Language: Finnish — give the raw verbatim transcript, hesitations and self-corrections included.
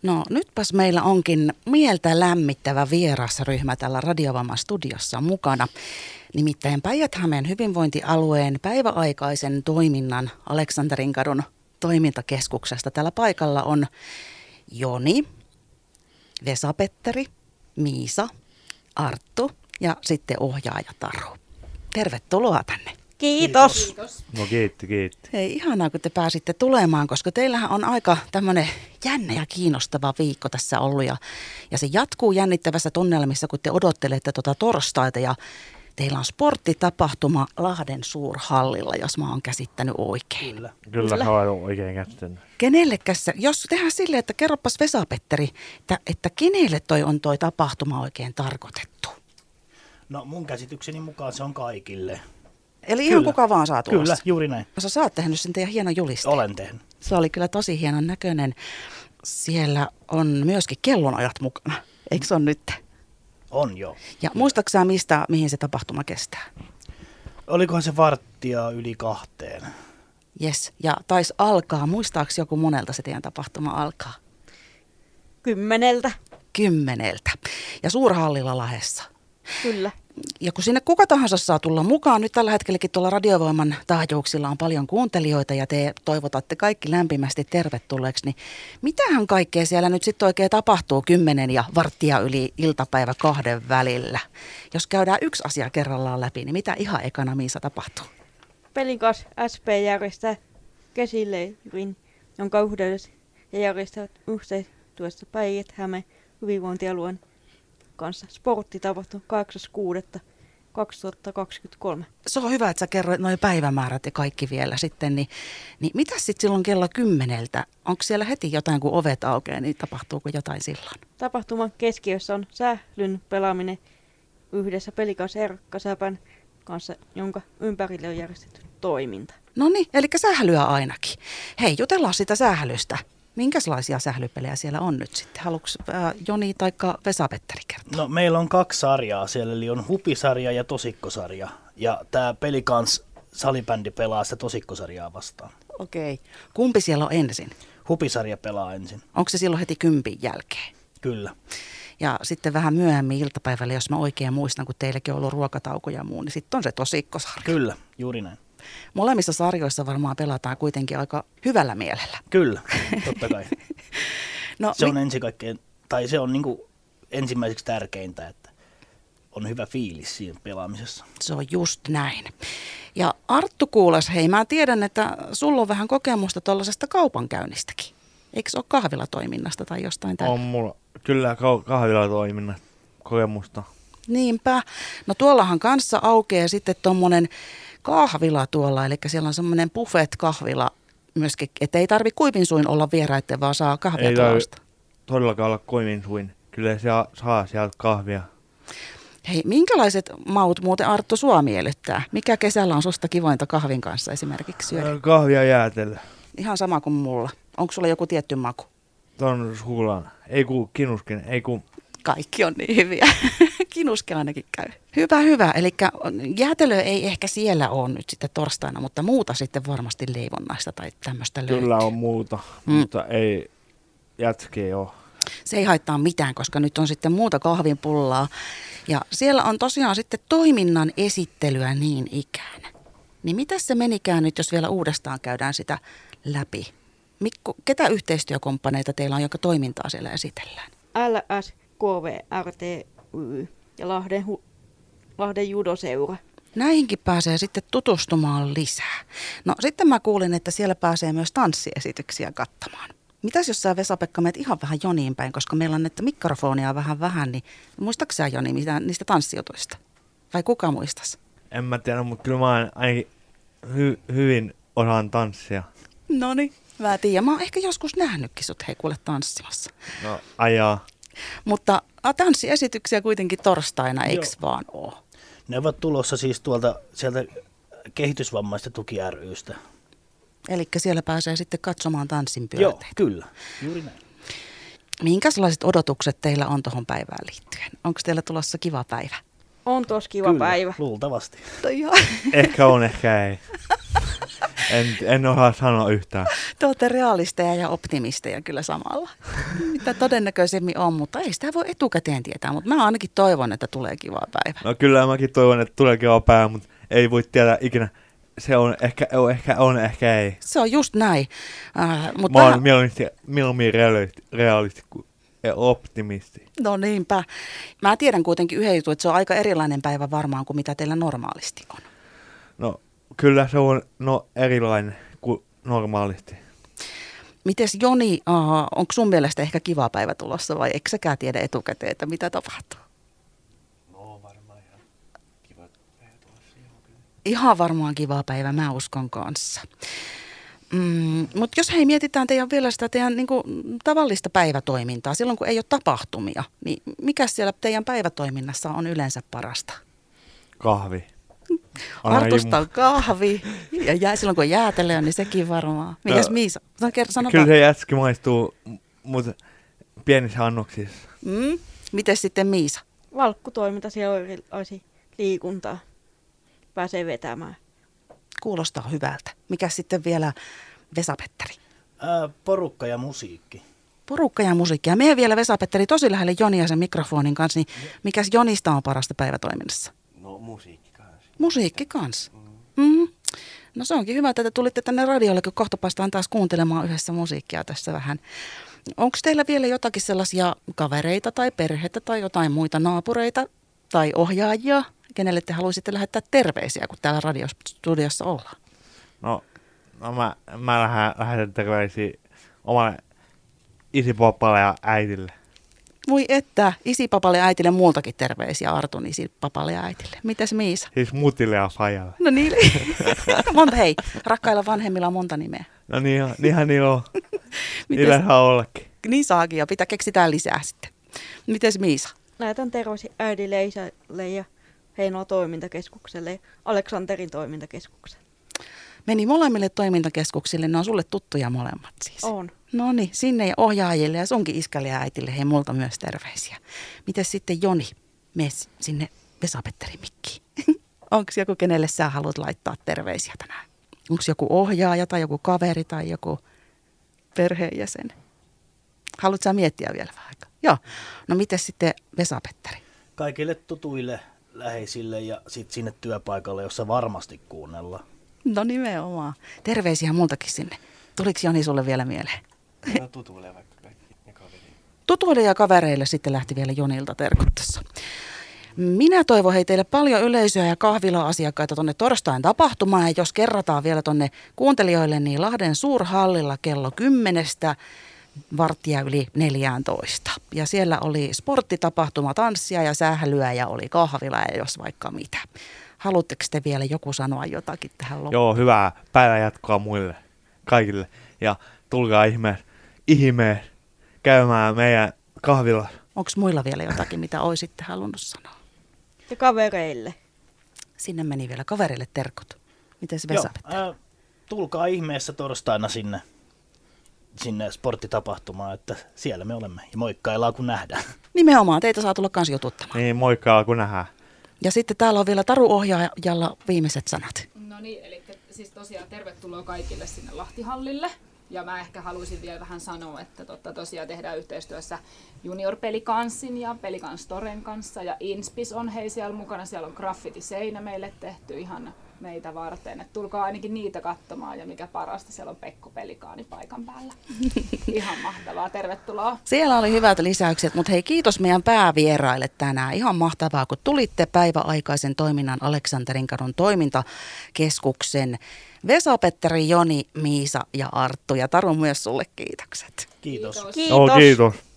No nytpäs meillä onkin mieltä lämmittävä vierasryhmä täällä Radiovamman studiossa mukana. Nimittäin Päijät-Hämeen hyvinvointialueen päiväaikaisen toiminnan Aleksanterinkadun toimintakeskuksesta. Täällä paikalla on Joni, Vesa-Petteri, Miisa, Arttu ja sitten ohjaaja Taru. Tervetuloa tänne. Kiitos. Kiitos. No kiitti, kiitti. Hei, ihanaa kun te pääsitte tulemaan, koska teillähän on aika tämmöinen jännä ja kiinnostava viikko tässä ollut. Ja, ja se jatkuu jännittävässä tunnelmissa, kun te odottelette tuota torstaita ja teillä on sporttitapahtuma Lahden suurhallilla, jos mä oon käsittänyt oikein. Kyllä, Kyllä. Kyllä. Olen oikein käsittänyt. Kenellekäs, jos tehdään silleen, että kerropas Vesa-Petteri, että, että kenelle toi on toi tapahtuma oikein tarkoitettu? No mun käsitykseni mukaan se on kaikille. Eli ihan kuka vaan saa tulla. Kyllä, juuri näin. Sä, sä oot tehnyt sen teidän hienon julisteen. Olen tehnyt. Se oli kyllä tosi hienon näköinen. Siellä on myöskin kellonajat mukana. Eikö se ole nyt? On joo. Ja muistaaksä mistä, mihin se tapahtuma kestää? Olikohan se varttia yli kahteen? Jes, ja taisi alkaa. Muistaako joku monelta se teidän tapahtuma alkaa? Kymmeneltä. Kymmeneltä. Ja suurhallilla Lahdessa. Kyllä. Ja kun sinne kuka tahansa saa tulla mukaan, nyt tällä hetkelläkin tuolla Radiovoiman taajuuksilla on paljon kuuntelijoita ja te toivotatte kaikki lämpimästi tervetulleeksi, niin mitähän kaikkea siellä nyt sitten oikein tapahtuu kymmenen ja varttia yli iltapäivä kahden välillä? Jos käydään yksi asia kerrallaan läpi, niin mitä ihan ekana Miisa tapahtuu? Pelikas S P järjestää käsileirin, jonka yhteydessä he järjestävät yhteistyössä Päijät-Hämeen hyvinvointialueen kanssa sporttitapahtuma kahdeksas kuudetta kaksituhattakaksikymmentäkolme. Se on hyvä, että sä kerroit noin päivämäärät ja kaikki vielä sitten, niin, niin mitä sitten silloin kello kymmeneltä? Onko siellä heti jotain, kun ovet aukeaa, niin tapahtuuko jotain silloin? Tapahtuman keskiössä on sählyn pelaaminen yhdessä pelikas Erkka-Säpän kanssa, jonka ympärille on järjestetty toiminta. No niin, eli sählyä ainakin. Hei, jutellaan sitä sählystä. Minkälaisia sählypelejä siellä on nyt sitten? Haluatko äh, Joni tai Vesa-Petteri kertoa? No meillä on kaksi sarjaa siellä, eli on hupisarja ja tosikkosarja. Ja tämä Pelikans salibändi pelaa sitä tosikkosarjaa vastaan. Okei. Kumpi siellä on ensin? Hupisarja pelaa ensin. Onko se silloin heti kympin jälkeen? Kyllä. Ja sitten vähän myöhemmin iltapäivällä, jos mä oikein muistan, kun teilläkin on ollut ruokatauko ja muu, niin sitten on se tosikkosarja. Kyllä, juuri näin. Molemmissa sarjoissa varmaan pelataan kuitenkin aika hyvällä mielellä. Kyllä, totta kai. no, se on mi- ensi kaikkein, tai se on niinku ensimmäiseksi tärkeintä, että on hyvä fiilis siinä pelaamisessa. Se on just näin. Ja Arttu kuulas, hei mä tiedän, että sulla on vähän kokemusta tuollaisesta kaupankäynnistäkin. Eikö se ole kahvilatoiminnasta tai jostain tällä? On mulla kyllä kahvilatoiminnasta kokemusta. Niinpä. No tuollahan kanssa aukeaa sitten tommonen kahvila tuolla, eli siellä on semmoinen buffet-kahvila myöskin, että ei tarvitse kuivin suin olla vieraiden, vaan saa kahvia ei tuosta. Ei todellakaan olla kuivin suin. Kyllä se saa sieltä kahvia. Hei, minkälaiset maut muuten Arttu sua miellyttää? Mikä kesällä on susta kivointa kahvin kanssa esimerkiksi syödä? Kahvia jäätelö. Ihan sama kuin mulla. Onko sulla joku tietty maku? Tuon suulaan. Ei ku kinusken, ei ku... Kaikki on niin hyviä. Kinuske ainakin käy. Hyvä, hyvä. Eli jäätelö ei ehkä siellä ole nyt sitten torstaina, mutta muuta sitten varmasti leivonnaista tai tämmöistä löytyy. Kyllä on muuta, mm. mutta ei jätkeä ole. Se ei haittaa mitään, koska nyt on sitten muuta kahvinpullaa. Ja siellä on tosiaan sitten toiminnan esittelyä niin ikään. Niin miten se menikään nyt, jos vielä uudestaan käydään sitä läpi? Mikko, ketä yhteistyökumppaneita teillä on, jonka toimintaa siellä esitellään? L S K V R T Y ja Lahden, hu- Lahden judoseura. Näihinkin pääsee sitten tutustumaan lisää. No sitten mä kuulin, että siellä pääsee myös tanssiesityksiä katsomaan. Mitäs jos sä Vesa-Pekka menet ihan vähän Joniin päin, koska meillä on näitä mikrofonia vähän vähän, niin muistatko sä Joni mitä, niistä tanssijutuista? Vai kuka muistas? En mä tiedä, mutta kyllä mä ainakin hy- hyvin osaan tanssia. Noniin, mä tiedän. Mä oon ehkä joskus nähnytkin sut hei kuule tanssimassa. No ajaa. Mutta tanssiesityksiä kuitenkin torstaina, eiks Joo. vaan oo? Ne ovat tulossa siis tuolta sieltä kehitysvammaisten tuki ry:stä. Eli siellä pääsee sitten katsomaan tanssin Joo, pyörteitä. kyllä. Juuri näin. Minkälaiset odotukset teillä on tuohon päivään liittyen? Onko teillä tulossa kiva päivä? On tos kiva kyllä, päivä. luultavasti. Toi Ehkä on, ehkä ei. En, en osaa sanoa yhtään. Te olette realisteja ja optimisteja kyllä samalla. Mitä todennäköisemmin on, mutta ei sitä voi etukäteen tietää. Mutta mä ainakin toivon, että tulee kiva päivä. No kyllä mäkin toivon, että tulee kiva päivä, mutta ei voi tietää ikinä. Se on ehkä, ehkä on, ehkä ei. Se on just näin. Äh, mut Mä oon vähän... mieluummin, mieluummin realisti, realisti kuin optimisti. No niinpä. Mä tiedän kuitenkin yhden jutun, että se on aika erilainen päivä varmaan kuin mitä teillä normaalisti on. No kyllä se on no, erilainen kuin normaalisti. Mites Joni, uh, onko sun mielestä ehkä kiva päivä tulossa vai eikö säkään tiedä etukäteen, että mitä tapahtuu? No varmaan ihan kiva päivä tulossa. Ihan varmaan kiva päivä, mä uskon kanssa. Mm, mutta jos hei mietitään teidän vielä sitä teidän niin kuin, tavallista päivätoimintaa, silloin kun ei ole tapahtumia, niin mikä siellä teidän päivätoiminnassa on yleensä parasta? Kahvi. Artusta on kahvi ja jää, silloin kun on jäätelöä, niin sekin varmaan. Mikäs No, Miisa? Sano kyllä vaan. se jätski maistuu, mutta pienissä annoksissa. Mm? Mites sitten Miisa? Valkkutoiminta, siellä on erilaisia liikuntaa. Pääsee vetämään. Kuulostaa hyvältä. Mikäs sitten vielä Vesa-Petteri? Ää, porukka ja musiikki. Porukka ja musiikki. Ja meidän vielä Vesa-Petteri tosi lähelle Jonia sen mikrofonin kanssa, niin mikäs Jonista on parasta päivätoiminnassa? No musiikki kanssa. Musiikki kanssa. Mm. No se onkin hyvä, että te tulitte tänne radiolle, kun kohta päästään taas kuuntelemaan yhdessä musiikkia tässä vähän. Onko teillä vielä jotakin sellaisia kavereita tai perhettä tai jotain muita naapureita tai ohjaajia, kenelle te haluaisitte lähettää terveisiä, kun täällä radiostudiossa ollaan? No, no mä, mä lähden, lähetän terveisiä omalle isipapalle ja äitille. Voi että, isipapalle ja äitille muultakin terveisiä Artun isipapalle ja äitille. Mitäs Miisa? Siis mutille ja fajalle. No niin, monta hei, rakkailla vanhemmilla on monta nimeä. No niin, niinhän niin on. Mites, Niillä saa ollakin. niin saakin ja pitää keksitään lisää sitten. Mites Miisa? Lähetän terveisiä äidille, isälle ja Heinolan toimintakeskukselle ja Aleksanterin toimintakeskukselle. Meni molemmille toimintakeskuksille, ne on sulle tuttuja molemmat siis. On. No niin, sinne ja ohjaajille ja sunkin iskälle ja äitille, hei multa myös terveisiä. Mites sitten Joni, mene sinne Vesa-Petterin mikkiin. Onko joku, kenelle sä haluat laittaa terveisiä tänään? Onko joku ohjaaja tai joku kaveri tai joku perheenjäsen? Haluatko sä miettiä vielä vähän aikaa? Joo. No mites sitten Vesa-Petteri? Kaikille tutuille, läheisille ja sitten sinne työpaikalle, jossa varmasti kuunnellaan. No nimenomaan. Terveisiä multakin sinne. Tuliko Joni sulle vielä mieleen? No tutuille vaikka kaikki ja kavereille. Tutuille ja kavereille sitten lähti vielä Jonilta terkut tässä. Minä toivon hei teille paljon yleisöä ja kahvila-asiakkaita tuonne torstain tapahtumaan. Ja jos kerrataan vielä tuonne kuuntelijoille, niin Lahden Suurhallilla kello kymmenestä varttia yli neljääntoista. Ja siellä oli sporttitapahtuma, tanssia ja sählyä ja oli kahvila ja jos vaikka mitä. Haluatteko te vielä joku sanoa jotakin tähän loppuun? Joo, hyvää päivän jatkoa muille, kaikille. Ja tulkaa ihmeessä, ihmeessä käymään meidän kahvilla. Onko muilla vielä jotakin, mitä olisitte halunnut sanoa? Ja kavereille. Sinne meni vielä kaverille terkut. Miten se Joo, Vesa-Petteri? ää, tulkaa ihmeessä torstaina sinne, sinne sporttitapahtumaan, että siellä me olemme. Ja moikkaillaan, kun nähdään. Nimenomaan, teitä saa tulla kans jututtamaan. Niin, moikkaa kun nähdään. Ja sitten täällä on vielä Taru-ohjaajalla viimeiset sanat. No niin, eli siis tosiaan tervetuloa kaikille sinne Lahtihallille. Ja mä ehkä haluaisin vielä vähän sanoa, että totta tosiaan tehdään yhteistyössä Junior Pelikanssin ja Pelikans Toren kanssa. Ja Inspis on hei siellä mukana, siellä on graffitiseinä meille tehty ihan meitä varten. Et tulkaa ainakin niitä katsomaan ja mikä parasta, siellä on Pekko Pelikaani paikan päällä. Ihan mahtavaa, tervetuloa. Siellä oli hyvät lisäykset, mutta hei kiitos meidän päävieraille tänään. Ihan mahtavaa, kun tulitte päiväaikaisen toiminnan Aleksanterinkadun toimintakeskuksen. Vesa-Petteri, Joni, Miisa ja Arttu ja Taru myös sulle kiitokset. Kiitos. Kiitos. Kiitos. Joo, kiitos.